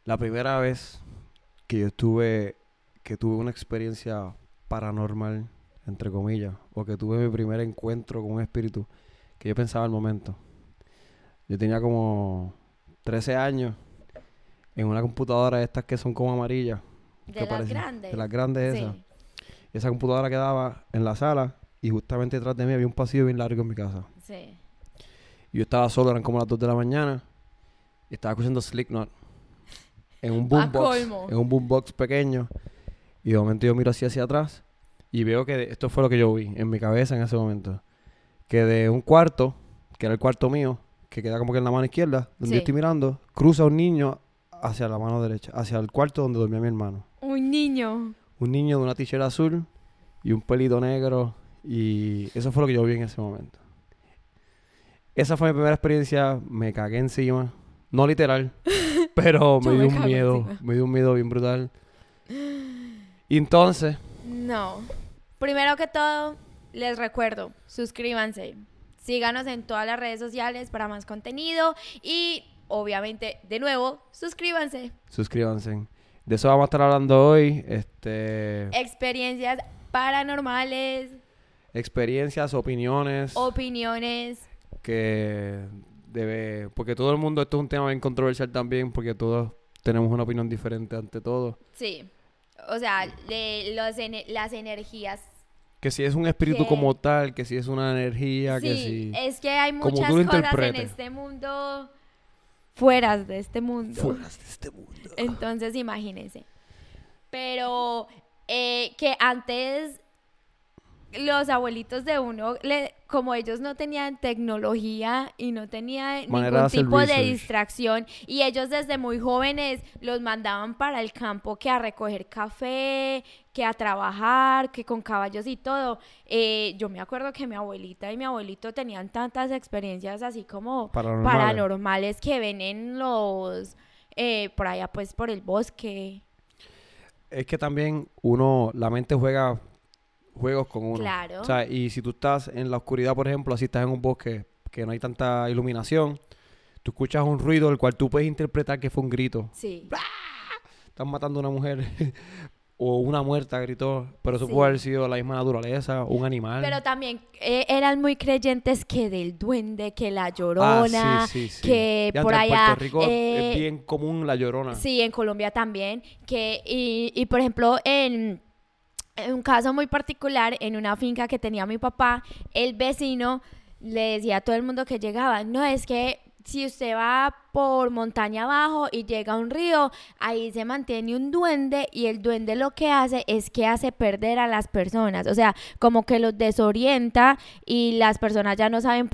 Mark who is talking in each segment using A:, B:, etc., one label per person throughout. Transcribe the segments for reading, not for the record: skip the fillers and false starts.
A: La primera vez que tuve una experiencia paranormal, entre comillas, o que tuve mi primer encuentro con un espíritu, que yo pensaba al momento. Yo tenía como 13 años en una computadora de estas que son como amarillas,
B: De
A: que
B: las
A: parecen, de
B: grandes.
A: las grandes esas.
B: Sí,
A: Y esa computadora quedaba en la sala y justamente detrás de mí había un pasillo bien largo en mi casa.
B: sí.
A: Y yo estaba solo, eran como las 2 de la mañana y estaba escuchando Slipknot
B: Pa' colmo.
A: en un boombox pequeño. Y de momento yo miro hacia atrás y veo que esto fue lo que yo vi en mi cabeza en ese momento. Que de un cuarto, que era el cuarto mío, que queda como que en la mano izquierda, donde yo estoy
B: Sí.
A: mirando, cruza un niño hacia la mano derecha, hacia el cuarto donde dormía mi hermano.
B: Un niño.
A: Un niño de una t-shirt azul y un pelito negro. Y eso fue lo que yo vi en ese momento. Esa fue mi primera experiencia, me cagué encima. No literal, pero
B: Yo me cago encima.
A: me dio un miedo bien brutal. Y entonces,
B: No. Primero que todo, les recuerdo, suscríbanse. Síganos en todas las redes sociales para más contenido. Y obviamente, de nuevo, suscríbanse.
A: suscríbanse. De eso vamos a estar hablando hoy.
B: Experiencias paranormales,
A: Experiencias, opiniones,
B: opiniones.
A: porque todo el mundo, esto es un tema bien controversial también, porque todos tenemos una opinión diferente ante todo.
B: Sí. O sea, las energías.
A: Que si es un espíritu como
B: Que
A: tal, que si es una energía, que
B: sí,
A: si...
B: es que hay
A: Como tú
B: muchas
A: lo
B: cosas en
A: interpretes.
B: este mundo fuera de este mundo.
A: Fuera de este mundo.
B: Entonces, imagínense. Pero que antes los abuelitos de uno, como ellos no tenían tecnología y no tenían
A: Manera de
B: ningún
A: hacer
B: tipo de
A: research.
B: distracción, y ellos desde muy jóvenes los mandaban para el campo, que a recoger café, que a trabajar, que con caballos y todo. Yo me acuerdo que mi abuelita y mi abuelito tenían tantas experiencias así como
A: Paranormales.
B: paranormales que ven en por allá pues por el bosque.
A: Es que también uno, la mente juega juegos con uno. O
B: Claro.
A: sea, y si tú estás en la oscuridad, por ejemplo, así estás en un bosque que no hay tanta iluminación, tú escuchas un ruido el cual tú puedes interpretar que fue un grito.
B: Sí,
A: Están matando a una mujer o una muerta gritó, pero eso puede
B: sí.
A: haber sido la misma naturaleza, un animal.
B: Pero también eran muy creyentes que del duende, que la
A: Ah, sí,
B: llorona,
A: sí, sí.
B: que
A: Y
B: por
A: antes en Puerto
B: allá,
A: Rico es bien común la llorona.
B: sí, en Colombia también, y por ejemplo, en un caso muy particular, en una finca que tenía mi papá, el vecino le decía a todo el mundo que llegaba, no, es que si usted va por montaña abajo y llega a un río, ahí se mantiene un duende y el duende lo que hace es que hace perder a las personas, o sea, como que los desorienta y las personas ya no saben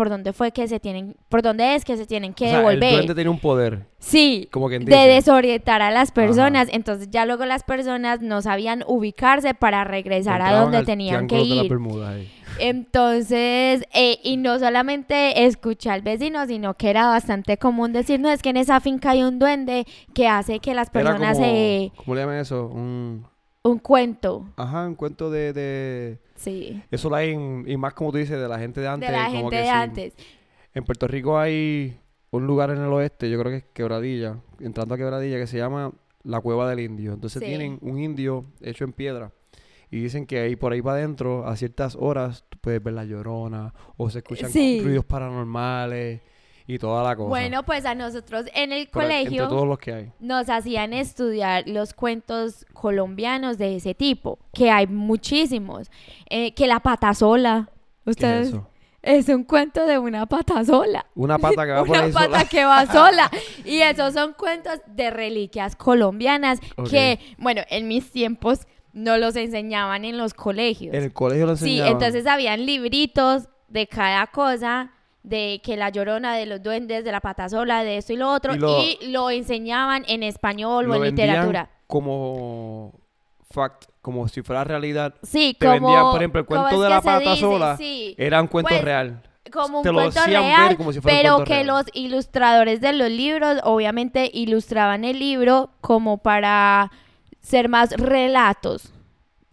B: por dónde es que se tienen que
A: O sea, el
B: devolver.
A: duende tiene un poder,
B: Sí,
A: como quien
B: de
A: dice.
B: desorientar a las personas.
A: Ajá.
B: Entonces ya luego las personas no sabían ubicarse para regresar a
A: Entraban
B: donde
A: al
B: tenían que
A: triángulo de las
B: ir.
A: Bermudas ahí.
B: Entonces, y no solamente escuché al vecino, sino que era bastante común decir, no, es que en esa finca hay un duende que hace que las
A: Era
B: personas
A: como, ¿cómo le llaman eso?
B: un cuento.
A: Un cuento de...
B: Sí,
A: Eso lo hay, y más como tú dices, de la gente de antes.
B: de la
A: Como
B: gente
A: que
B: de
A: sí.
B: antes.
A: En Puerto Rico hay un lugar en el oeste, yo creo que es Quebradilla, entrando a Quebradilla, que se llama la Cueva del Indio. Entonces
B: Sí.
A: tienen un indio hecho en piedra. Y dicen que ahí por ahí para adentro, a ciertas horas, tú puedes ver la llorona, o se escuchan
B: Sí.
A: ruidos paranormales y toda la cosa.
B: Bueno, pues a nosotros en el
A: Pero entre
B: colegio
A: todos los que hay.
B: nos hacían estudiar los cuentos colombianos de ese tipo, que hay muchísimos. Que la pata sola.
A: ¿Qué es
B: Ustedes,
A: eso?
B: es un cuento de una pata sola.
A: Una pata que va por
B: Una
A: ahí
B: pata
A: sola.
B: que va sola. Y esos son cuentos de reliquias colombianas
A: Ok.
B: que, bueno, en mis tiempos no los enseñaban en los colegios.
A: En el colegio lo
B: Sí,
A: enseñaban.
B: entonces habían libritos de cada cosa, de que la llorona, de los duendes, de la pata sola, de esto y lo otro,
A: Y
B: y lo enseñaban en español o
A: lo
B: en
A: vendían
B: literatura.
A: como fact, como si fuera realidad.
B: Sí,
A: Te vendían, por ejemplo, el
B: ¿cómo
A: cuento
B: es
A: de
B: que
A: la
B: se
A: pata
B: dice?
A: sola.
B: Sí,
A: Era un cuento
B: pues,
A: real.
B: como un
A: Te lo
B: cuento
A: hacían
B: real,
A: ver como si fuera un
B: pero
A: cuento
B: que
A: real.
B: los ilustradores de los libros obviamente ilustraban el libro como para ser más relatos.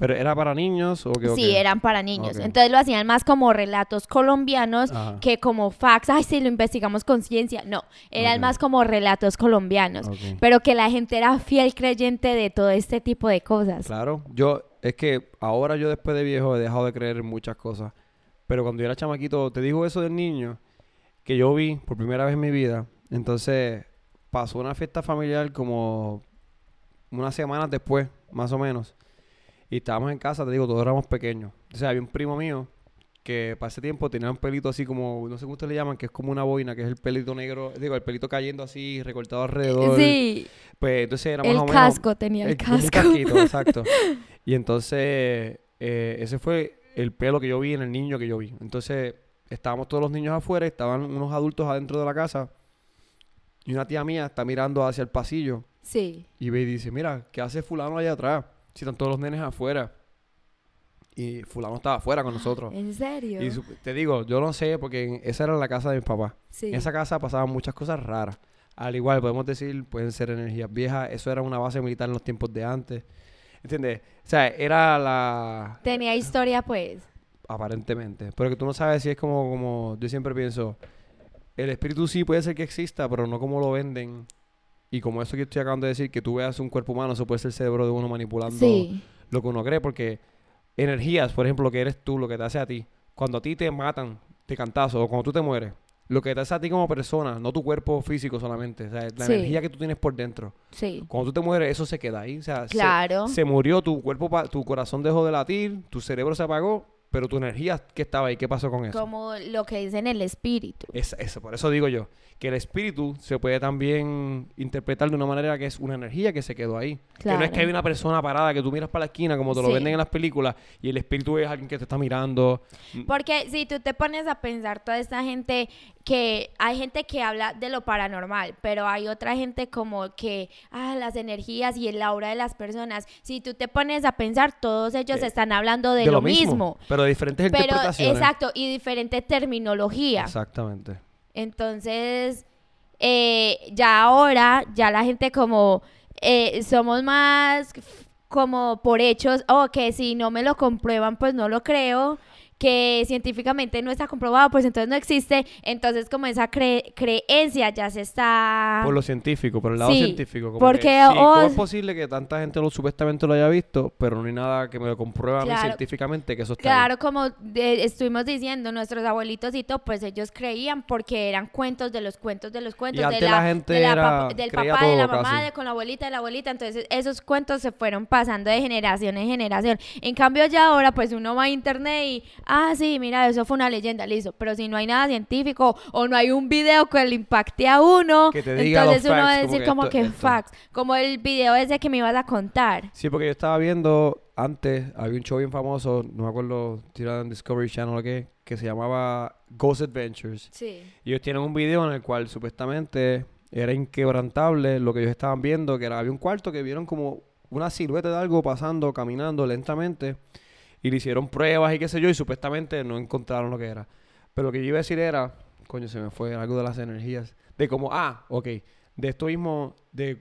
A: ¿Pero era para niños o qué?
B: Sí, eran para niños.
A: Ok.
B: Entonces lo hacían más como relatos colombianos
A: Ajá.
B: que como facts. Ay, sí, lo investigamos con ciencia. No, eran
A: Ok.
B: más como relatos colombianos.
A: Ok.
B: Pero que la gente era fiel creyente de todo este tipo de cosas.
A: Claro, es que ahora yo después de viejo he dejado de creer en muchas cosas, pero cuando yo era chamaquito, te digo eso del niño, que yo vi por primera vez en mi vida, entonces pasó una fiesta familiar como unas semanas después, más o menos, y estábamos en casa, te digo, todos éramos pequeños, o sea, había un primo mío que para ese tiempo tenía un pelito así como, no sé cómo ustedes le llaman, que es como una boina, que es el pelito negro, digo, el pelito cayendo así, recortado alrededor.
B: Sí,
A: Pues entonces era más
B: el
A: o menos...
B: casco, tenía el
A: como un
B: casco.
A: casquito, exacto. Y entonces, ese fue el pelo que yo vi en el niño que yo vi. Entonces, estábamos todos los niños afuera, estaban unos adultos adentro de la casa, y una tía mía está mirando hacia el pasillo,
B: Sí.
A: y ve y dice, mira, ¿qué hace fulano allá atrás? Si están todos los nenes afuera. Y fulano estaba afuera con nosotros.
B: ¿En serio?
A: Y te digo, yo no sé, porque esa era la casa de mis papás.
B: Sí.
A: En esa casa pasaban muchas cosas raras. Al igual, podemos decir, pueden ser energías viejas. Eso era una base militar en los tiempos de antes. ¿Entiendes? O sea, era la...
B: Tenía historia, pues.
A: Aparentemente. Pero que tú no sabes si es como... Yo siempre pienso, el espíritu sí puede ser que exista, pero no como lo venden. Y como eso que estoy acabando de decir, que tú veas un cuerpo humano, eso puede ser el cerebro de uno manipulando
B: Sí.
A: lo que uno cree, porque energías, por ejemplo, lo que eres tú, lo que te hace a ti, cuando a ti te matan de cantazo o cuando tú te mueres, lo que te hace a ti como persona, no tu cuerpo físico solamente, o sea, la
B: Sí.
A: energía que tú tienes por dentro.
B: Sí.
A: Cuando tú te mueres, eso se queda ahí, o sea,
B: Claro.
A: se murió tu cuerpo, tu corazón dejó de latir, tu cerebro se apagó, pero tu energía que estaba ahí, ¿qué pasó con eso?
B: Como lo que dicen el espíritu.
A: Eso, por eso digo yo, que el espíritu se puede también interpretar de una manera que es una energía que se quedó ahí. Que no es que
B: Claro.
A: hay una persona parada que tú miras para la esquina como te lo
B: Sí.
A: venden en las películas y el espíritu es alguien que te está mirando.
B: Porque si tú te pones a pensar toda esta gente que hay gente que habla de lo paranormal, pero hay otra gente como que las energías y el aura de las personas. Si tú te pones a pensar, todos ellos están hablando de lo mismo.
A: Pero de diferentes
B: Pero
A: interpretaciones.
B: exacto, y diferente terminología.
A: Exactamente.
B: Entonces, ya ahora, ya la gente como somos más como por hechos, o que si no me lo comprueban, pues no lo creo, que científicamente no está comprobado, pues entonces no existe. Entonces, como esa creencia ya se está...
A: Por lo científico, por el lado
B: Sí,
A: científico. Como
B: porque,
A: que, sí, ¿cómo
B: oh,
A: es posible que tanta gente supuestamente lo haya visto, pero no hay nada que me lo compruebe a mí
B: Claro.
A: científicamente que eso está
B: Claro, como estuvimos diciendo, nuestros abuelitos y todo, pues ellos creían porque eran cuentos de los cuentos de los cuentos.
A: Y antes
B: de
A: la gente
B: del
A: creía
B: papá, de la
A: todo
B: mamá,
A: casi.
B: con la abuelita, de la abuelita. Entonces esos cuentos se fueron pasando de generación en generación. En cambio ya ahora pues uno va a internet y, sí, mira, eso fue una leyenda, listo. Pero si no hay nada científico o no hay un video que le impacte a uno,
A: Que te diga
B: entonces
A: los
B: uno va a
A: facts,
B: decir
A: como
B: como
A: que
B: que
A: esto.
B: facts. Como el video ese que me ibas a contar.
A: Sí, porque yo estaba viendo antes, había un show bien famoso, no me acuerdo si era en Discovery Channel o qué, que se llamaba Ghost Adventures.
B: Sí.
A: Y ellos tienen un video en el cual supuestamente era inquebrantable lo que ellos estaban viendo, que había un cuarto que vieron como una silueta de algo pasando, caminando lentamente, y le hicieron pruebas y qué sé yo, y supuestamente no encontraron lo que era. Pero lo que yo iba a decir era, coño, se me fue algo de las energías, de como, ok, de esto mismo,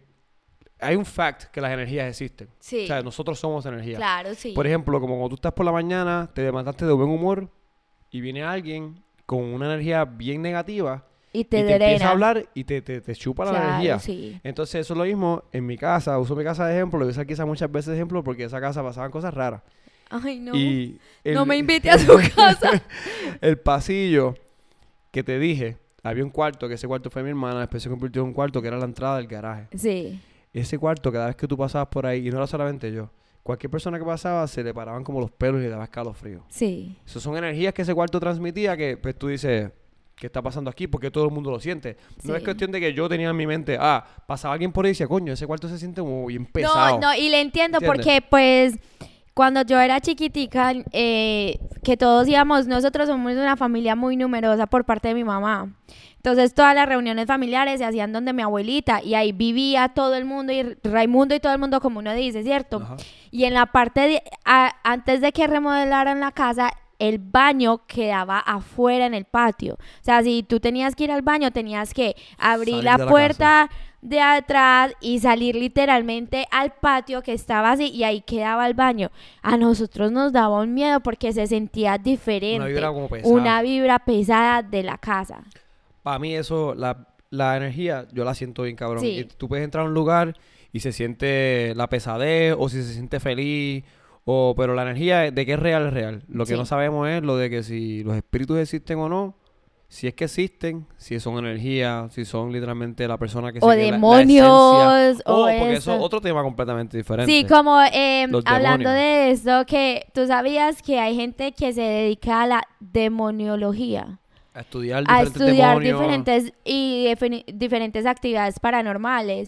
A: hay un fact que las energías existen.
B: Sí.
A: O sea, nosotros somos energía.
B: Claro, sí.
A: Por ejemplo, como cuando tú estás por la mañana, te levantaste de buen humor y viene alguien con una energía bien negativa
B: y
A: y te
B: drena.
A: empieza a hablar y te chupa la
B: Claro,
A: energía.
B: sí.
A: Entonces eso es lo mismo en mi casa. Uso mi casa de ejemplo, lo uso quizás muchas veces de ejemplo porque en esa casa pasaban cosas raras.
B: Ay, no.
A: Y
B: No me invite a su casa.
A: El pasillo que te dije, había un cuarto, que ese cuarto fue mi hermana, después se convirtió en un cuarto que era la entrada del garaje.
B: Sí.
A: Ese cuarto, cada vez que tú pasabas por ahí, y no era solamente yo, cualquier persona que pasaba se le paraban como los pelos y le daba escalofrío.
B: Sí.
A: Esas son energías que ese cuarto transmitía que pues tú dices, ¿qué está pasando aquí? Porque todo el mundo lo siente. No
B: Sí.
A: es cuestión de que yo tenía en mi mente, pasaba alguien por ahí y decía, coño, ese cuarto se siente como bien pesado.
B: No, y le entiendo
A: ¿Entiendes?
B: porque pues cuando yo era chiquitica, que todos íbamos, nosotros somos una familia muy numerosa por parte de mi mamá. Entonces todas las reuniones familiares se hacían donde mi abuelita y ahí vivía todo el mundo y Raimundo y todo el mundo como uno dice, ¿cierto?
A: Ajá.
B: Y en la parte antes de que remodelaran la casa, el baño quedaba afuera en el patio. O sea, si tú tenías que ir al baño, tenías que abrir
A: Salir
B: la
A: de la
B: puerta, de atrás y salir literalmente al patio que estaba así y ahí quedaba el baño. A nosotros nos daba un miedo porque se sentía diferente.
A: Una vibra como pesada.
B: Una vibra pesada de la casa.
A: Para mí eso, la energía, yo la siento bien cabrón.
B: Sí.
A: Y tú puedes entrar a un lugar y se siente la pesadez o si se siente feliz. Pero la energía de que es real es real. Lo que
B: Sí.
A: no sabemos es lo de que si los espíritus existen o no. Si es que existen, si son energía, si son literalmente la persona que
B: O
A: se queda, la
B: demonios,
A: esencia.
B: o
A: Porque
B: eso.
A: eso es otro tema completamente diferente.
B: Sí, como
A: Los
B: hablando
A: demonios.
B: de esto, que tú sabías que hay gente que se dedica a la demoniología,
A: A estudiar
B: a
A: diferentes
B: estudiar
A: demonios.
B: diferentes actividades paranormales.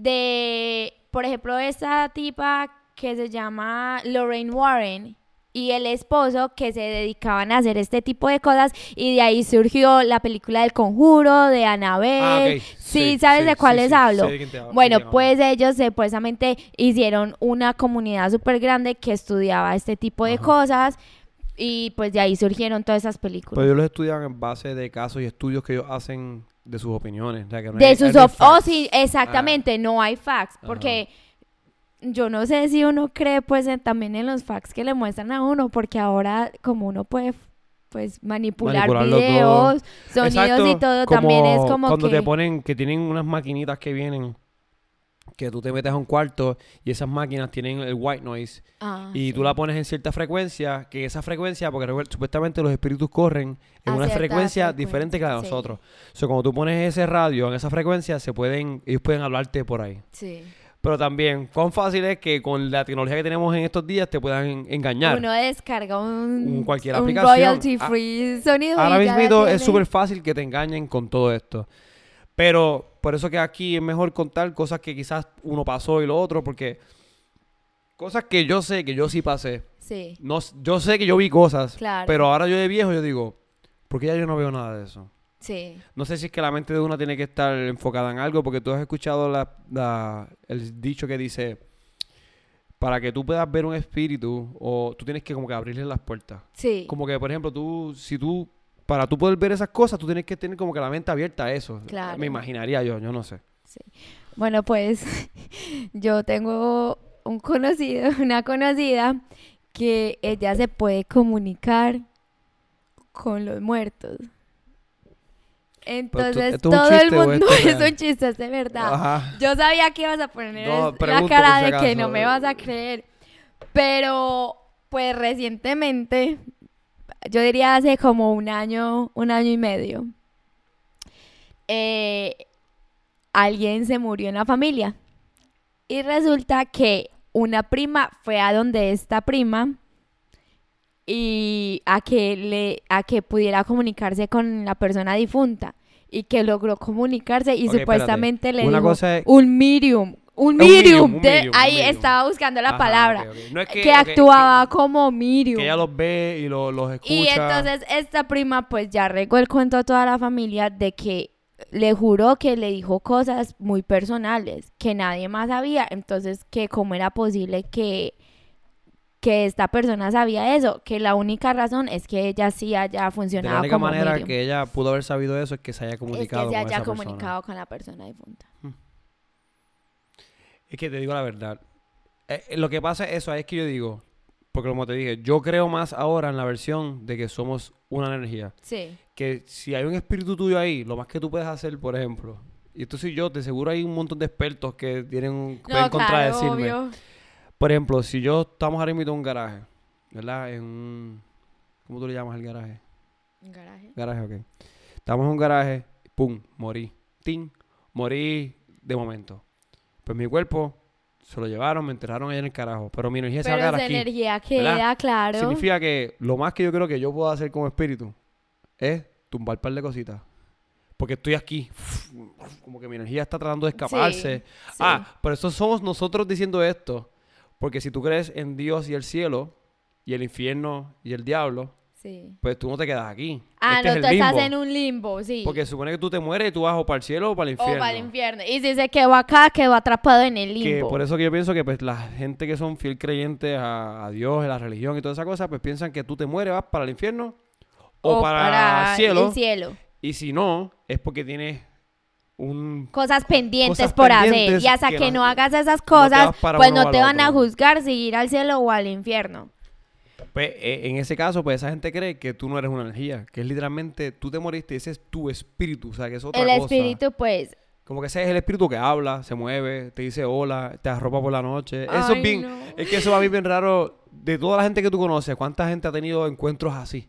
B: Por ejemplo, esta tipa que se llama Lorraine Warren y el esposo que se dedicaban a hacer este tipo de cosas y de ahí surgió la película del Conjuro, de Annabelle.
A: Ok.
B: Sí, ¿sabes de cuáles hablo?
A: Sé de quién te hablo,
B: Bueno,
A: de quién
B: pues ellos supuestamente hicieron una comunidad súper grande que estudiaba este tipo de
A: Ajá.
B: cosas y pues de ahí surgieron todas esas películas.
A: Pero ellos los estudian en base de casos y estudios que ellos hacen de sus opiniones. O sea, que no
B: De
A: hay-
B: sus
A: no hay
B: oh,
A: facts.
B: sí, exactamente, no hay facts,
A: Ajá.
B: porque yo no sé si uno cree pues también en los facts que le muestran a uno, porque ahora como uno puede pues manipular
A: Manipularlo todo.
B: videos, sonidos
A: Exacto,
B: y todo, también es como
A: cuando
B: que
A: te ponen, que tienen unas maquinitas que vienen, que tú te metes a un cuarto y esas máquinas tienen el white noise y
B: sí,
A: tú la pones en cierta frecuencia, que esa frecuencia, porque supuestamente los espíritus corren en
B: a
A: una
B: cierta
A: frecuencia diferente que la de
B: sí,
A: nosotros. O sea, cuando tú pones ese radio en esa frecuencia, ellos pueden hablarte por ahí.
B: sí.
A: Pero también, cuán fácil es que con la tecnología que tenemos en estos días te puedan engañar.
B: Uno descarga
A: Cualquier
B: un
A: aplicación.
B: royalty free sonido
A: Ahora
B: y ya
A: mismo
B: la
A: es
B: tiene.
A: súper fácil que te engañen con todo esto. Pero por eso que aquí es mejor contar cosas que quizás uno pasó y lo otro, porque cosas que yo sé que yo sí pasé.
B: Sí,
A: No, yo sé que yo vi cosas,
B: claro.
A: pero ahora yo de viejo yo digo, ¿por qué ya yo no veo nada de eso?
B: Sí.
A: No sé si es que la mente de uno tiene que estar enfocada en algo, porque tú has escuchado el dicho que dice, para que tú puedas ver un espíritu, o tú tienes que como que abrirle las puertas.
B: Sí.
A: Como que, por ejemplo, para tú poder ver esas cosas, tú tienes que tener como que la mente abierta a eso.
B: Claro.
A: Me imaginaría yo no sé.
B: Bueno, pues yo tengo un conocido, una conocida, que ella se puede comunicar con los muertos. Entonces
A: ¿esto es un
B: todo el
A: chiste o
B: mundo
A: esto es
B: es
A: real?
B: un chiste, es de verdad.
A: Ajá.
B: Yo sabía que ibas a poner
A: No,
B: la
A: pregunto
B: cara
A: por si
B: de que
A: acaso.
B: no me vas a creer. Pero, pues recientemente, yo diría hace como un año y medio, alguien se murió en la familia. Y resulta que una prima fue a donde esta prima y a que pudiera comunicarse con la persona difunta y que logró comunicarse y
A: Ok,
B: supuestamente le
A: Una
B: dijo
A: cosa es...
B: un medium,
A: un medium,
B: ahí
A: medium.
B: estaba buscando la
A: Ajá,
B: palabra,
A: ok, ok. No es
B: que
A: ok,
B: actuaba como medium.
A: que ella los ve y los escucha.
B: Y entonces esta prima pues ya regó el cuento a toda la familia de que le juró que le dijo cosas muy personales que nadie más sabía. Entonces que cómo era posible que esta persona sabía eso, que la única razón es que ella sí haya
A: de
B: funcionado
A: la única
B: como
A: manera
B: medium.
A: que ella pudo haber sabido eso es que se haya
B: Es
A: comunicado
B: que se
A: con
B: haya
A: esa
B: comunicado con la persona difunta.
A: persona. Es que te digo la verdad. Lo que pasa es que yo digo, porque como te dije, yo creo más ahora en la versión de que somos una energía.
B: Sí.
A: Que si hay un espíritu tuyo ahí, lo más que tú puedes hacer, por ejemplo, y esto soy yo, de seguro hay un montón de expertos que pueden
B: No, claro,
A: contradecirme.
B: obvio.
A: Por ejemplo, si yo estamos ahora mismo en un garaje, ¿verdad? ¿Cómo tú le llamas al garaje?
B: Un garaje.
A: Garaje, ok. Estamos en un garaje, pum, morí. Tin, morí de momento. Pues mi cuerpo se lo llevaron, me enterraron allá en el carajo. Pero mi energía se va a
B: Pero
A: quedar
B: esa
A: aquí.
B: energía queda,
A: ¿verdad?
B: claro.
A: Significa que lo más que yo creo que yo puedo hacer como espíritu es tumbar un par de cositas. Porque estoy aquí. Como que mi energía está tratando de escaparse.
B: Sí.
A: Por eso somos nosotros diciendo esto. Porque si tú crees en Dios y el cielo, y el infierno y el diablo,
B: Sí.
A: pues tú no te quedas aquí.
B: Ah,
A: Este
B: no,
A: es el
B: tú estás
A: limbo.
B: en un limbo, sí.
A: Porque se supone que tú te mueres y tú vas o para el cielo o para el infierno.
B: O para el infierno. Y si se quedó acá, quedó atrapado en el
A: Que
B: limbo.
A: por eso que yo pienso que pues la gente que son fiel creyentes a Dios, a la religión y toda esa cosa, pues piensan que tú te mueres, vas para el infierno o para el cielo.
B: el cielo.
A: Y si no, es porque tienes
B: cosas pendientes
A: cosas
B: por
A: pendientes
B: hacer. Y hasta
A: que
B: que
A: no-
B: no hagas esas
A: no te
B: cosas,
A: vas para
B: pues
A: uno o
B: no
A: al
B: te van a
A: otro.
B: juzgar si ir al cielo o al infierno.
A: Pues en ese caso, pues esa gente cree que tú no eres una energía, que es literalmente, tú te moriste y ese es tu espíritu, o sea, que es otra
B: El
A: cosa.
B: espíritu, pues...
A: Como que ese es el espíritu que habla, se mueve, te dice hola, te arropa por la noche. Eso
B: Ay,
A: es bien,
B: no.
A: es que eso a mí es bien raro. De toda la gente que tú conoces, ¿cuánta gente ha tenido encuentros así?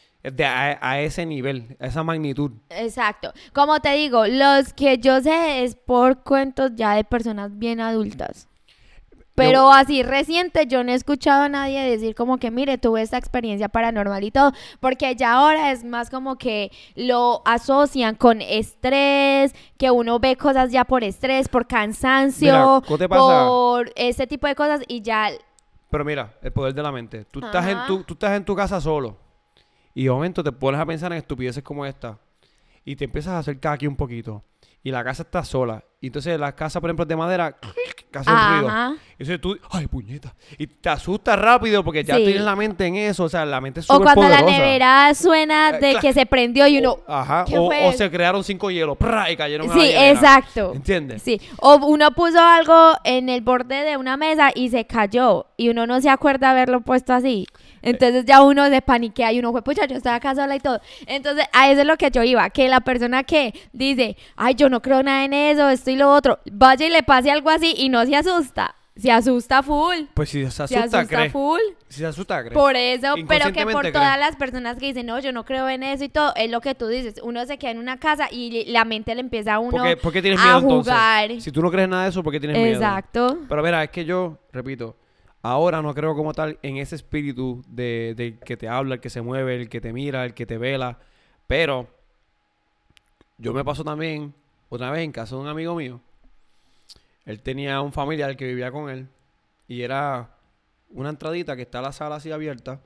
A: A ese nivel, a esa magnitud.
B: Exacto. Como te digo, los que yo sé es por cuentos ya de personas bien adultas. Pero así reciente yo no he escuchado a nadie decir como que mire, tuve esta experiencia paranormal y todo, porque ya ahora es más como que lo asocian con estrés, que uno ve cosas ya por estrés, por cansancio,
A: Mira, ¿qué te pasa?
B: por ese tipo de cosas y ya...
A: Pero mira, el poder de la mente. Tú
B: Ajá.
A: estás en tu casa solo y de momento te pones a pensar en estupideces como esta y te empiezas a acercar aquí un poquito y la casa está sola. Y entonces la casa, por ejemplo, es de madera, que hace ruido.
B: Ajá.
A: Y entonces tú, ay, puñeta. Y te asustas rápido porque ya
B: Sí.
A: tienes la mente en eso. O sea, la mente es
B: O
A: súper
B: cuando la
A: poderosa.
B: nevera suena de
A: clac.
B: que se prendió y uno...
A: Ajá.
B: ¿qué
A: O
B: fue?
A: se crearon 5 hielos ¡prra! Y cayeron a la
B: Sí,
A: hielera.
B: exacto.
A: ¿Entiendes?
B: Sí, o uno puso algo en el borde de una mesa y se cayó y uno no se acuerda haberlo puesto así. Entonces ya uno se paniquea y uno fue, pucha, yo estaba acá sola y todo. Entonces a eso es lo que yo iba, que la persona que dice, ay, yo no creo nada en eso, esto y lo otro, vaya y le pase algo así y no se asusta. Se asusta full.
A: Pues si se
B: Se
A: asusta,
B: asusta
A: cree.
B: full.
A: Si se asusta, cree.
B: Por eso, pero que
A: Inconscientemente
B: por
A: cree.
B: todas las personas que dicen, no, yo no creo en eso y todo, es lo que tú dices. Uno se queda en una casa y la mente le empieza a uno
A: ¿Por qué tienes miedo
B: a jugar.
A: entonces? Si tú no crees en nada de eso, ¿por qué tienes miedo?
B: Exacto.
A: Pero mira, es que yo, repito, ahora no creo como tal en ese espíritu de que te habla, el que se mueve, el que te mira, el que te vela. Pero yo me pasó también otra vez en casa de un amigo mío. Él tenía un familiar que vivía con él y era una entradita que está la sala así abierta,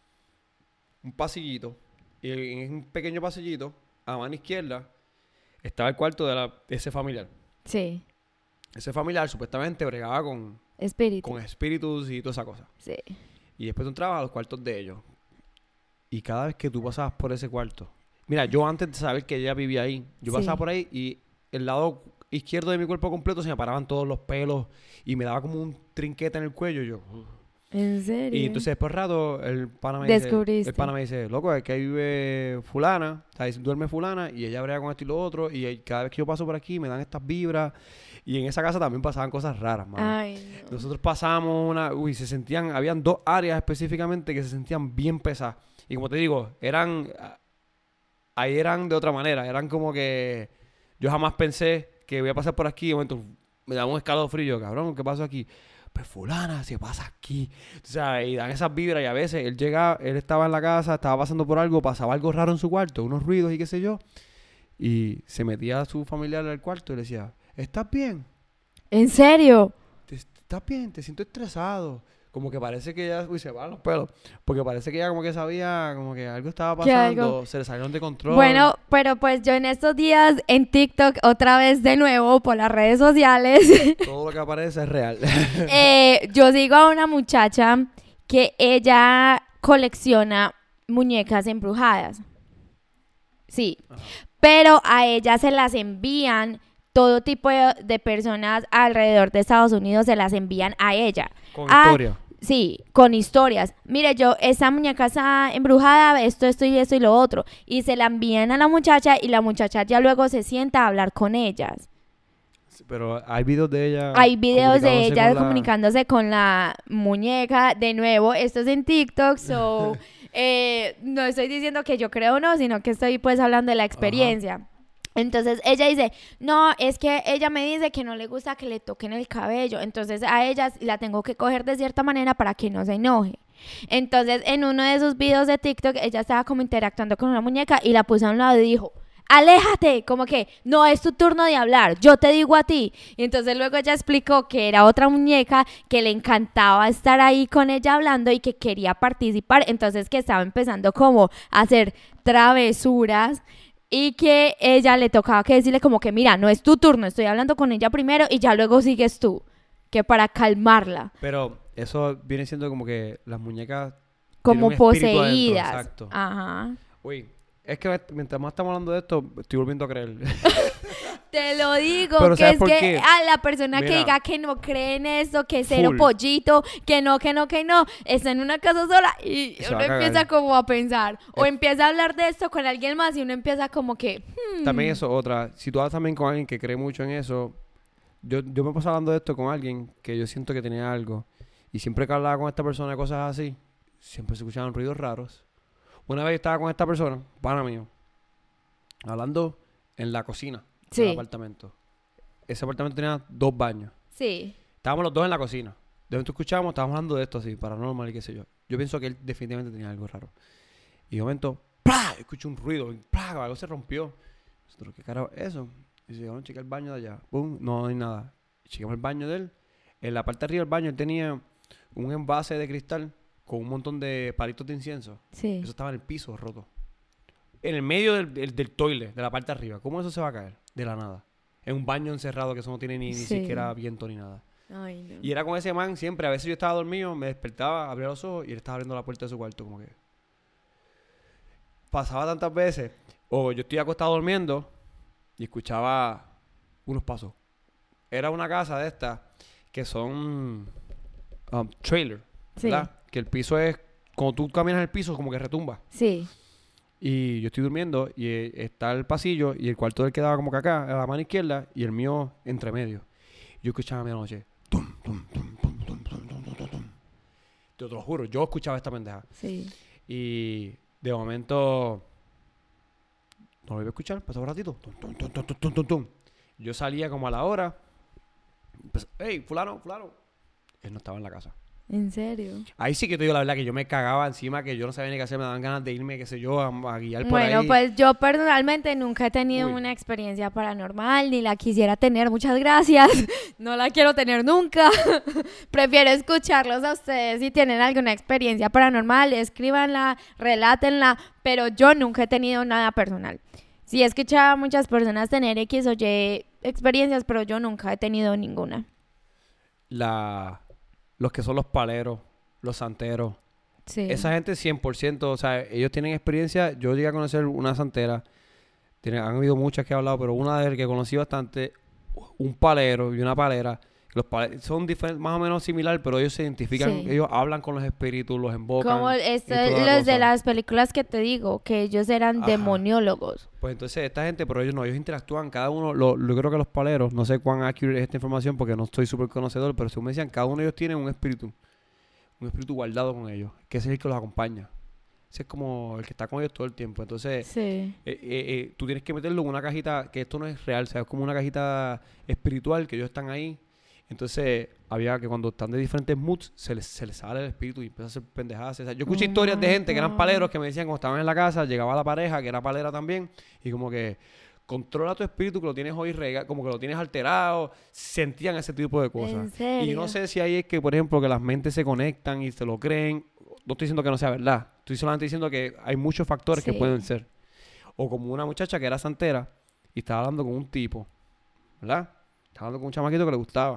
A: un pasillito, y en un pequeño pasillito, a mano izquierda, estaba el cuarto de ese familiar.
B: Sí,
A: Ese familiar supuestamente bregaba con
B: espíritu.
A: espíritus y toda esa cosa.
B: Sí.
A: Y después tú entrabas a los cuartos de ellos. Y cada vez que tú pasabas por ese cuarto... Mira, yo antes de saber que ella vivía ahí, yo
B: Sí.
A: pasaba por ahí y el lado izquierdo de mi cuerpo completo se me paraban todos los pelos y me daba como un trinquete en el cuello. Y yo...
B: ¿En serio?
A: Y entonces después de rato el pana
B: Descubriste.
A: me dice, loco, es que ahí vive fulana, o sea, ahí duerme fulana y ella brega con esto y lo otro y cada vez que yo paso por aquí me dan estas vibras y en esa casa también pasaban cosas raras, mano.
B: Ay, no.
A: Nosotros pasamos habían 2 áreas específicamente que se sentían bien pesadas y como te digo, ahí eran de otra manera, eran como que yo jamás pensé que voy a pasar por aquí y de momento me daba un escalofrío, cabrón, ¿qué pasó aquí? Pues fulana, se pasa aquí. O sea, y dan esas vibras y a veces él estaba en la casa, estaba pasando por algo, pasaba algo raro en su cuarto, unos ruidos y qué sé yo. Y se metía a su familiar al cuarto y le decía, ¿estás bien?
B: ¿En serio?
A: ¿Estás bien? Te siento estresado. Como que parece que ella, se van los pelos. Porque parece que ella como que sabía, como que algo estaba
B: Que
A: pasando,
B: algo-
A: se le salieron de control.
B: Bueno, pero pues yo en estos días en TikTok, otra vez de nuevo por las redes sociales,
A: Todo lo que aparece es real.
B: yo sigo a una muchacha que ella colecciona muñecas embrujadas. Sí,
A: Ajá.
B: pero a ella se las envían, todo tipo de personas alrededor de Estados Unidos se las envían a ella.
A: Con
B: Ah,
A: historia.
B: Sí, con historias. Mire, esa muñeca está embrujada, esto y lo otro. Y se la envían a la muchacha y la muchacha ya luego se sienta a hablar con ellas.
A: Sí, pero hay videos de ella.
B: Hay videos de
A: comunicándose
B: ella
A: con la-
B: comunicándose con la muñeca. De nuevo, esto es en TikTok, so no estoy diciendo que yo creo o no, sino que estoy pues hablando de la experiencia. Entonces ella dice, no, es que ella me dice que no le gusta que le toquen el cabello, entonces a ella la tengo que coger de cierta manera para que no se enoje. Entonces en uno de esos videos de TikTok ella estaba como interactuando con una muñeca y la puso a un lado y dijo, aléjate, como que no es tu turno de hablar, yo te digo a ti. Y entonces luego ella explicó que era otra muñeca que le encantaba estar ahí con ella hablando y que quería participar, entonces que estaba empezando como a hacer travesuras. Y que ella le tocaba que decirle como que mira, no es tu turno, estoy hablando con ella primero y ya luego sigues tú. Que para calmarla.
A: Pero eso viene siendo como que las muñecas
B: Como
A: tienen un espíritu adentro,
B: poseídas.
A: exacto.
B: Ajá.
A: Uy, es que mientras más estamos hablando de esto, estoy volviendo a creer.
B: Te lo digo,
A: Pero
B: que
A: ¿sabes
B: es
A: por
B: que
A: qué?
B: a la persona que
A: Mira.
B: diga que no cree en eso, que cero
A: Full.
B: pollito, que no, está en una casa sola y
A: Se va
B: uno
A: a cagar.
B: empieza como a pensar, o empieza a hablar de esto con alguien más y uno empieza como que,
A: También eso, otra. Si tú hablas también con alguien que cree mucho en eso, yo me paso hablando de esto con alguien que yo siento que tenía algo. Y siempre que hablaba con esta persona de cosas así, siempre se escuchaban ruidos raros. Una vez estaba con esta persona, pana mío, hablando en la cocina del
B: sí,
A: apartamento. Ese apartamento tenía 2 baños.
B: sí,
A: Estábamos los dos en la cocina. De momento escuchábamos, estábamos hablando de esto así, paranormal y qué sé yo. Yo pienso que él definitivamente tenía algo raro. Y de momento, ¡plá! Escucho un ruido, ¡plá! Algo se rompió. Nosotros, ¿qué carajo es eso? Y llegamos a checar el baño de allá. ¡Pum! No hay nada. Y checamos el baño de él. En la parte de arriba del baño él tenía un envase de cristal con un montón de palitos de incienso.
B: sí.
A: Eso estaba en el piso, roto. En el medio del toilet, de la parte de arriba. ¿Cómo eso se va a caer? De la nada. En un baño encerrado que eso no tiene ni
B: Sí.
A: siquiera viento ni nada.
B: Ay, no.
A: Y era con ese man siempre. A veces yo estaba dormido, me despertaba, abría los ojos y él estaba abriendo la puerta de su cuarto. Como que pasaba tantas veces. O yo estoy acostado durmiendo y escuchaba unos pasos. Era una casa de estas que son trailer,
B: Sí,
A: ¿verdad? Que el piso es, cuando tú caminas el piso, como que retumba.
B: sí,
A: Y yo estoy durmiendo y está el pasillo y el cuarto del que daba como que acá, a la mano izquierda, y el mío entre medio. Yo escuchaba a medianoche. Tum, tum, tum, tum, tum, tum, tum, tum, tum. Te lo juro, yo escuchaba esta pendeja.
B: sí.
A: Y de momento no lo iba a escuchar, pasó un ratito. Tum, tum, tum, tum, tum, tum, tum, tum. Yo salía como a la hora. Hey, fulano, fulano. Él no estaba en la casa.
B: ¿En serio?
A: Ahí sí que te digo la verdad que yo me cagaba encima, que yo no sabía ni qué hacer, me daban ganas de irme, qué sé yo, a guiar por
B: Bueno,
A: ahí.
B: pues yo personalmente nunca he tenido
A: Uy.
B: una experiencia paranormal, ni la quisiera tener, muchas gracias. No la quiero tener nunca. Prefiero escucharlos a ustedes. Si tienen alguna experiencia paranormal, escríbanla, relátenla, pero yo nunca he tenido nada personal. Sí he escuchado a muchas personas tener X o Y experiencias, pero yo nunca he tenido ninguna.
A: Los que son los paleros, los santeros.
B: Sí.
A: Esa gente 100%, o sea, ellos tienen experiencia. Yo llegué a conocer una santera. Han habido muchas que he hablado, pero una de las que conocí bastante, un palero y una palera. Los son más o menos similares, pero ellos se identifican,
B: Sí.
A: ellos hablan con los espíritus, los invocan.
B: Como
A: y
B: los
A: toda la
B: de
A: cosa.
B: las películas que te digo, que ellos eran
A: Ajá.
B: demoniólogos.
A: Pues entonces esta gente, pero ellos no, ellos interactúan, cada uno, yo creo que los paleros, no sé cuán accurate es esta información porque no estoy súper conocedor, pero según me decían, cada uno de ellos tiene un espíritu guardado con ellos, que ese es el que los acompaña. Ese es como el que está con ellos todo el tiempo. Entonces,
B: Sí.
A: tú tienes que meterlo en una cajita, que esto no es real, o sea, es como una cajita espiritual, que ellos están ahí. Entonces, había que cuando están de diferentes moods, se les sale el espíritu y empieza a hacer pendejadas. O sea, yo escuché
B: Oh
A: historias de
B: my
A: gente que eran
B: God.
A: paleros que me decían cuando estaban en la casa, llegaba la pareja, que era palera también, y como que controla tu espíritu, que lo tienes hoy como que lo tienes alterado. Sentían ese tipo de cosas.
B: ¿En serio?
A: Y yo no sé si ahí es que, por ejemplo, que las mentes se conectan y se lo creen. No estoy diciendo que no sea verdad. Estoy solamente diciendo que hay muchos factores que
B: Sí.
A: pueden ser. O como una muchacha que era santera y estaba hablando con un tipo, ¿verdad? Estaba hablando con un chamaquito que le gustaba.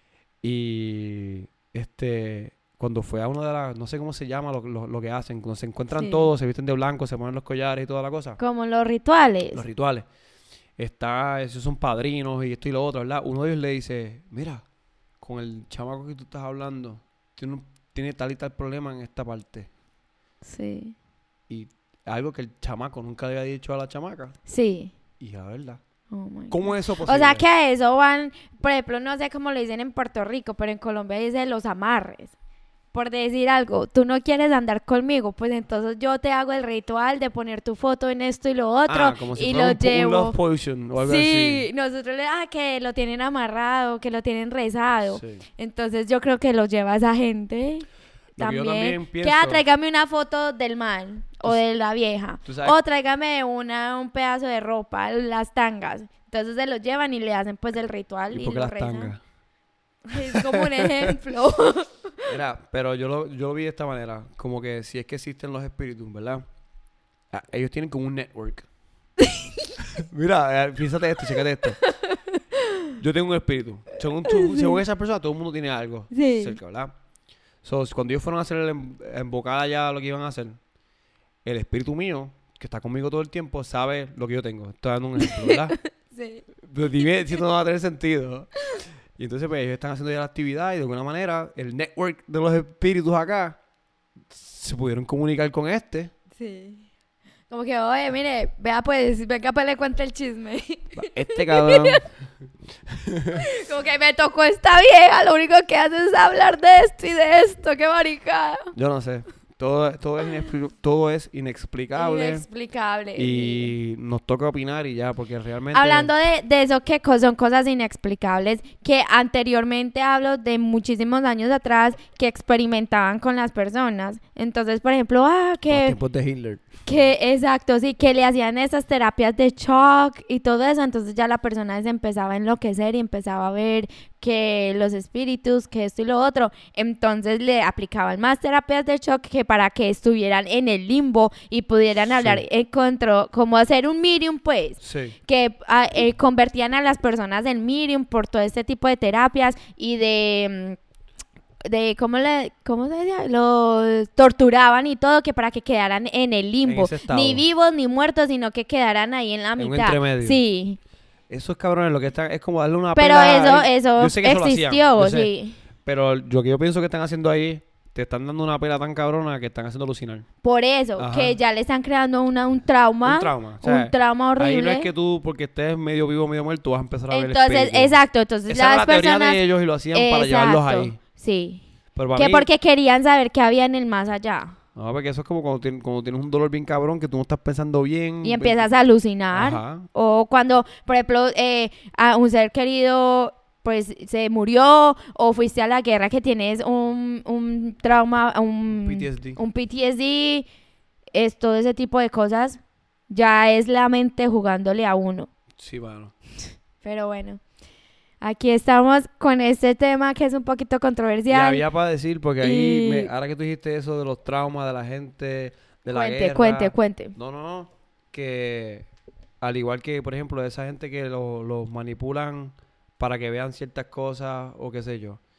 A: Y cuando fue a una de las, no sé cómo se llama lo que hacen, cuando se encuentran
B: Sí.
A: todos, se visten de blanco, se ponen los collares y toda la cosa,
B: Como los rituales.
A: los rituales. Esos son padrinos y esto y lo otro, ¿verdad? Uno de ellos le dice, mira, con el chamaco que tú estás hablando, tiene tal y tal problema en esta parte.
B: Sí.
A: Y algo que el chamaco nunca le había dicho a la chamaca.
B: Sí.
A: Y la verdad.
B: Oh my
A: ¿Cómo
B: God.
A: es eso posible?
B: O sea que a eso van, por ejemplo, no sé cómo le dicen en Puerto Rico, pero en Colombia dicen los amarres. Por decir algo, tú no quieres andar conmigo, pues entonces yo te hago el ritual de poner tu foto en esto y lo otro
A: como si
B: y
A: fuera
B: lo
A: un
B: llevo.
A: love potion o algo
B: Sí,
A: así.
B: nosotros que lo tienen amarrado, que lo tienen rezado.
A: Sí.
B: Entonces yo creo que lo lleva esa gente.
A: Lo que yo también
B: Que
A: pienso-
B: tráigame una foto del man o de la vieja.
A: tú sabes-
B: O tráigame un pedazo de ropa, las tangas. Entonces se lo llevan y le hacen pues el ritual
A: ¿Y
B: y
A: por qué
B: lo
A: las
B: rezan.
A: tangas?
B: Es como un ejemplo.
A: Mira, pero yo lo vi de esta manera. Como que si es que existen los espíritus, ¿verdad? Ellos tienen como un network. Mira, fíjate esto, chécate esto. Yo tengo un espíritu. Según esa persona, todo el mundo tiene algo
B: Sí.
A: cerca, ¿verdad? Cuando ellos fueron a hacer embocada ya lo que iban a hacer, el espíritu mío, que está conmigo todo el tiempo, sabe lo que yo tengo. Estoy dando un ejemplo, ¿verdad?
B: Sí.
A: Pero dime si esto no va a tener sentido. Y entonces, pues, ellos están haciendo ya la actividad y de alguna manera el network de los espíritus acá se pudieron comunicar con este.
B: Sí. Como que, oye, mire, vea pues, venga pues le cuente el chisme.
A: Este cabrón.
B: Como que me tocó esta vieja, lo único que hace es hablar de esto y de esto, qué maricada.
A: Yo no sé. Todo es inexplicable.
B: Inexplicable.
A: Y nos toca opinar y ya, porque realmente...
B: Hablando de eso, que son cosas inexplicables, que anteriormente hablo de muchísimos años atrás, que experimentaban con las personas. Entonces, por ejemplo,
A: Los
B: que
A: tiempos de Hitler.
B: exacto, sí, que le hacían esas terapias de shock y todo eso, entonces ya la persona se empezaba a enloquecer y empezaba a ver que los espíritus, que esto y lo otro, entonces le aplicaban más terapias de shock que para que estuvieran en el limbo y pudieran hablar como hacer un medium, pues,
A: Sí.
B: que convertían a las personas en medium por todo este tipo de terapias y de cómo se decía, los torturaban y todo, que para que quedaran en el limbo,
A: ese estado.
B: ni vivos ni muertos, sino que quedaran ahí en la
A: En un
B: mitad.
A: entremedio.
B: Sí,
A: Esos cabrones lo que están es como darle una
B: pero
A: pela.
B: eso
A: Yo sé que eso lo hacían,
B: existió,
A: yo sé.
B: sí.
A: Pero lo que yo pienso que están haciendo ahí, te están dando una pela tan cabrona que están haciendo alucinar.
B: Por eso,
A: Ajá.
B: que ya le están creando un trauma.
A: Un trauma. O sea,
B: Un trauma horrible.
A: ahí no es que tú, porque estés medio vivo, medio muerto, vas a empezar a ver el
B: Entonces,
A: espíritu.
B: exacto, entonces
A: Esa era
B: las
A: la teoría
B: personas...
A: de ellos y lo hacían para llevarlos ahí.
B: Sí.
A: Pero para
B: Que
A: mí,
B: porque querían saber qué había en el más allá.
A: no, porque eso es como cuando tienes un dolor bien cabrón que tú no estás pensando bien.
B: Y empiezas a alucinar.
A: Ajá.
B: O cuando, por ejemplo, a un ser querido pues se murió, o fuiste a la guerra que tienes un trauma,
A: PTSD.
B: un PTSD, es todo ese tipo de cosas, ya es la mente jugándole a uno.
A: Sí, bueno.
B: Pero bueno, aquí estamos con este tema que es un poquito
A: Y
B: controversial.
A: había para decir, porque ahí,
B: Y-
A: ahora que tú dijiste eso de los traumas de la gente, de la guerra.
B: Cuente.
A: No. Que al igual que, por ejemplo, esa gente que los manipulan para que vean ciertas cosas o qué sé yo.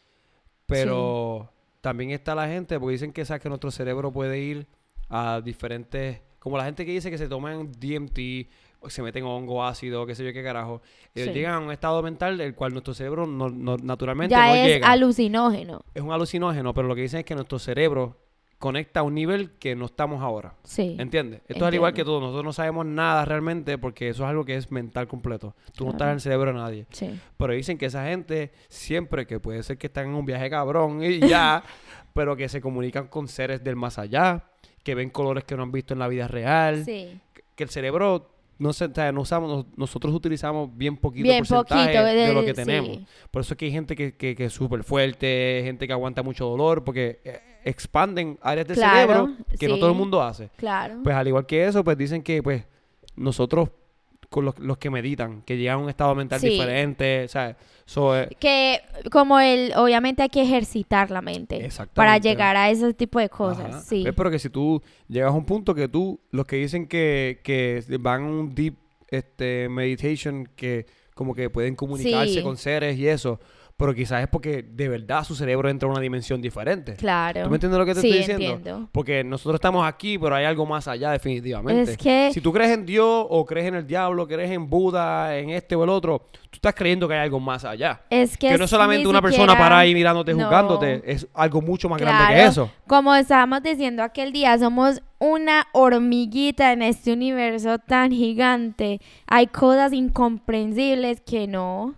A: Pero también está la gente, porque dicen que, ¿sabes? Que nuestro cerebro puede ir a diferentes... Como la gente que dice que se toman DMT, o se meten hongo ácido, qué sé yo qué carajo. Ellos
B: Sí.
A: llegan a un estado mental del cual nuestro cerebro naturalmente
B: Ya
A: no
B: es
A: llega.
B: alucinógeno.
A: Es un alucinógeno, pero lo que dicen es que nuestro cerebro conecta a un nivel que no estamos ahora.
B: Sí.
A: ¿Entiendes? Esto es al igual que todo. Nosotros no sabemos nada realmente porque eso es algo que es mental completo. Tú no estás en el cerebro de nadie.
B: Sí.
A: Pero dicen que esa gente siempre, que puede ser que están en un viaje cabrón y ya, pero que se comunican con seres del más allá, que ven colores que no han visto en la vida real,
B: Sí.
A: que el cerebro, no sé, o sea, no usamos, nosotros utilizamos bien poquito
B: Bien
A: porcentaje
B: poquito
A: de lo que
B: sí.
A: tenemos. Por eso es que hay gente que es súper fuerte, gente que aguanta mucho dolor, porque expanden áreas del
B: Claro,
A: cerebro que no
B: sí.
A: todo el mundo hace.
B: Claro.
A: Pues al igual que eso, pues dicen que pues nosotros, con los que meditan, que llegan a un estado mental
B: Sí.
A: diferente, o sea,
B: Que como obviamente hay que ejercitar la mente para
A: Exactamente.
B: llegar a ese tipo de cosas.
A: Ajá.
B: Sí.
A: Pero que si tú llegas a un punto que tú, los que dicen que van a un deep meditation, que como que pueden comunicarse
B: Sí.
A: con seres y eso, pero quizás es porque de verdad su cerebro entra a una dimensión diferente.
B: Claro.
A: ¿Tú me entiendes lo que te
B: Sí,
A: estoy diciendo?
B: entiendo.
A: Porque nosotros estamos aquí, pero hay algo más allá definitivamente.
B: Es que
A: Si tú crees en Dios o crees en el diablo, crees en Buda, en este o el otro, tú estás creyendo que hay algo más allá. Que no es solamente
B: ni
A: una persona
B: siquiera-
A: parada ahí mirándote,
B: No.
A: juzgándote. Es algo mucho más grande que
B: Claro.
A: eso.
B: Como estábamos diciendo aquel día, somos una hormiguita en este universo tan gigante. Hay cosas incomprensibles que no.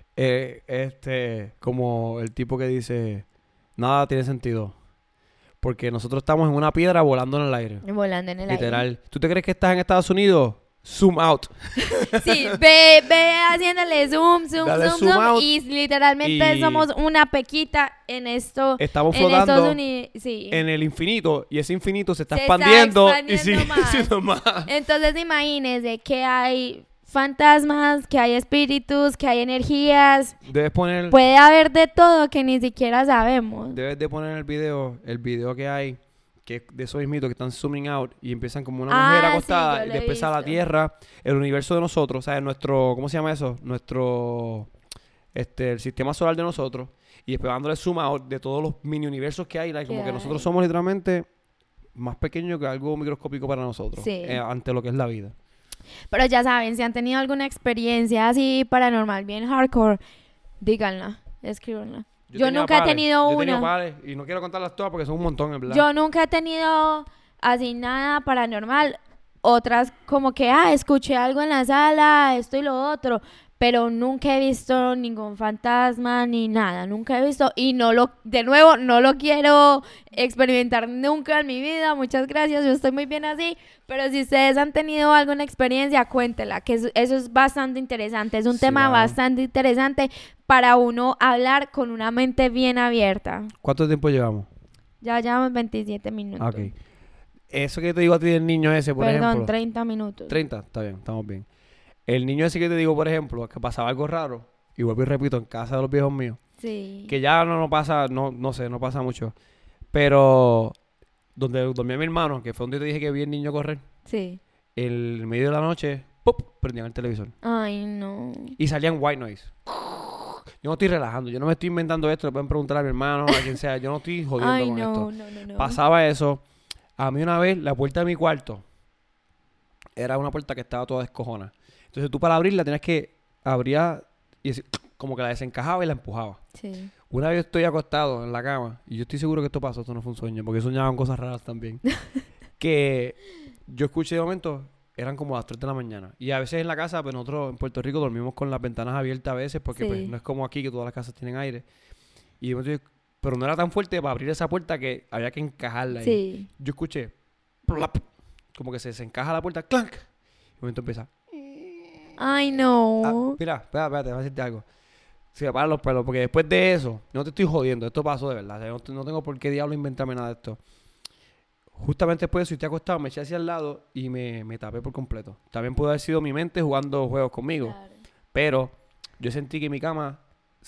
A: Como el tipo que dice, nada tiene sentido. Porque nosotros estamos en una piedra volando en el aire.
B: Volando en el
A: Literal. ¿Tú te crees que estás en Estados Unidos? Zoom out.
B: aire. Sí, ve haciéndole zoom,
A: Dale zoom out
B: y literalmente
A: y-
B: somos una pequita en esto.
A: Estamos
B: en estos
A: flotando
B: sí.
A: en el infinito y ese infinito se está
B: Se está
A: expandiendo y
B: expandiendo
A: sigue
B: más.
A: siendo más.
B: Entonces imagínense que hay fantasmas, que hay espíritus, que hay energías.
A: Debes poner,
B: Puede haber de todo que ni siquiera sabemos.
A: debes de poner el video que hay, que es de esos mismitos que están zooming out y empiezan como una
B: Ah,
A: mujer
B: sí,
A: acostada
B: yo
A: y
B: lo he
A: después a la
B: visto.
A: Tierra, el universo de nosotros, o sea, nuestro, ¿cómo se llama eso? Nuestro, el sistema solar de nosotros y después dándole zoom out de todos los mini universos que hay, like, como que
B: hay.
A: nosotros somos literalmente más pequeños que algo microscópico para nosotros
B: Sí.
A: ante lo que es la vida.
B: Pero ya saben, si han tenido alguna experiencia así paranormal bien hardcore, díganla, escríbanla. Yo nunca he tenido
A: Yo he tenido
B: una.
A: pares y no quiero contarlas todas porque son un montón, en verdad.
B: Yo nunca he tenido así nada paranormal. Otras como que, escuché algo en la sala, esto y lo otro. Pero nunca he visto ningún fantasma ni nada. Nunca he visto. Y de nuevo, no lo quiero experimentar nunca en mi vida. Muchas gracias, yo estoy muy bien así. Pero si ustedes han tenido alguna experiencia, cuéntela. Que eso es bastante interesante. Es un tema bastante interesante para uno hablar con una mente bien abierta.
A: ¿Cuánto tiempo llevamos?
B: Ya llevamos 27 minutos.
A: Ok. Eso que te digo a ti del niño ese, por ejemplo.
B: Perdón, 30 minutos.
A: 30, está bien, estamos bien. El niño ese que te digo, por ejemplo, que pasaba algo raro, y vuelvo y repito, en casa de los viejos míos,
B: Sí.
A: que ya no pasa, no sé, no pasa mucho, pero donde dormía mi hermano, que fue donde te dije que vi el niño correr,
B: Sí.
A: en medio de la noche, ¡pop!, prendían el televisor.
B: Ay, no.
A: Y salían white noise. Yo no estoy relajando, yo no me estoy inventando esto, le pueden preguntar a mi hermano, a quien sea, yo no estoy jodiendo
B: Ay,
A: con esto.
B: no.
A: Pasaba eso. A mí una vez, la puerta de mi cuarto era una puerta que estaba toda descojona. Entonces tú para abrirla tenías que abrir y como que la desencajaba y la empujaba.
B: Sí.
A: Una vez yo estoy acostado en la cama y yo estoy seguro que esto pasó, esto no fue un sueño, porque soñaba con cosas raras también. Que yo escuché de momento, eran como las 3 de la mañana. Y a veces en la casa, pues nosotros en Puerto Rico dormimos con las ventanas abiertas a veces porque
B: Sí.
A: pues no es como aquí que todas las casas tienen aire. Y de momento pero no era tan fuerte para abrir esa puerta que había que encajarla ahí.
B: Sí.
A: Yo escuché plap, como que se desencaja la puerta, clank. Y de momento empieza.
B: Ay, no.
A: Mira, espérate, voy a decirte algo. Se me paran los pelos, porque después de eso, no te estoy jodiendo, esto pasó de verdad. O sea, no tengo por qué diablo inventarme nada de esto. Justamente después de eso, yo estoy acostado, me eché hacia el lado y me tapé por completo. También pudo haber sido mi mente jugando juegos conmigo.
B: Claro.
A: Pero yo sentí que mi cama,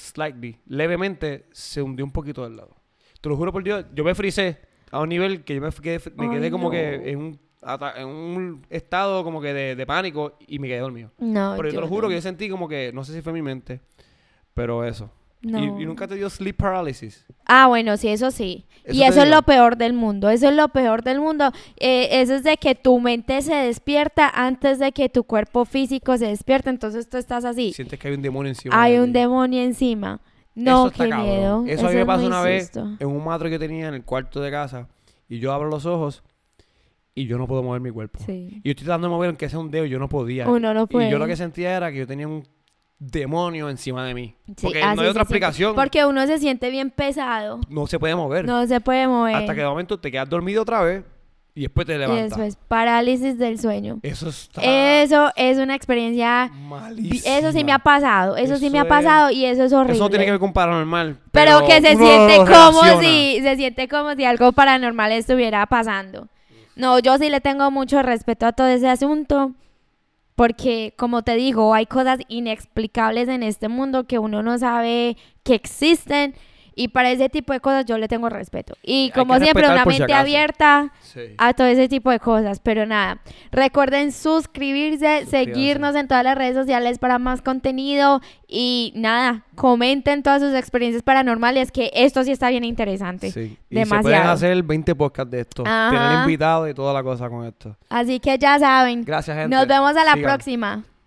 A: levemente, se hundió un poquito del lado. Te lo juro por Dios, yo me frisé a un nivel que yo me quedé
B: Ay,
A: como
B: no.
A: que en un estado como que de pánico y me quedé dormido.
B: No,
A: Pero yo te lo
B: no.
A: juro que yo sentí como que, no sé si fue mi mente, pero eso.
B: No.
A: Y nunca te dio sleep paralysis.
B: Bueno, sí, eso sí.
A: Eso
B: Y
A: te
B: eso es
A: digo.
B: lo peor del mundo. Eso es lo peor del mundo. Eso es de que tu mente se despierta antes de que tu cuerpo físico se despierte. Entonces tú estás así.
A: Sientes que hay un demonio encima
B: Hay
A: de
B: un
A: ti.
B: demonio encima. No,
A: Eso está
B: qué
A: cabrón.
B: miedo.
A: Eso a mí me
B: es
A: pasó
B: muy
A: una vez
B: susto.
A: en un matro que tenía en el cuarto de casa y yo abro los ojos y yo no puedo mover mi cuerpo.
B: Sí.
A: Y yo estoy tratando de mover aunque sea un dedo y yo no podía.
B: Uno no puede.
A: Y yo lo que sentía era que yo tenía un demonio encima de mí.
B: Sí,
A: Porque
B: así
A: no hay
B: se
A: otra
B: siente.
A: explicación.
B: Porque uno se siente bien pesado.
A: No se puede mover.
B: No se puede mover.
A: Hasta que de momento te quedas dormido otra vez y después te
B: Y
A: levantas.
B: después, parálisis del sueño.
A: Eso está
B: Eso es una experiencia.
A: malísimo.
B: Eso sí me ha pasado. Eso sí me ha
A: Eso es-
B: pasado y eso es horrible.
A: Eso no tiene que ver con paranormal.
B: Pero que se
A: uno
B: siente
A: lo
B: como
A: relaciona.
B: se siente como si algo paranormal estuviera pasando. No, yo sí le tengo mucho respeto a todo ese asunto. Porque, como te digo, hay cosas inexplicables en este mundo que uno no sabe que existen. Y para ese tipo de cosas yo le tengo respeto. Y
A: Hay
B: como
A: que
B: siempre,
A: respetar
B: una
A: por si
B: mente
A: acaso.
B: abierta
A: Sí.
B: a todo ese tipo de cosas. Pero nada, recuerden suscribirse, seguirnos en todas las redes sociales para más contenido. Y nada, comenten todas sus experiencias paranormales, que esto sí está bien interesante.
A: Sí. Y
B: Demasiado.
A: se pueden hacer 20 podcasts de esto.
B: Ajá.
A: Tener invitados y toda la cosa con esto.
B: Así que ya saben,
A: Gracias, gente.
B: nos vemos a la
A: Sigan.
B: próxima.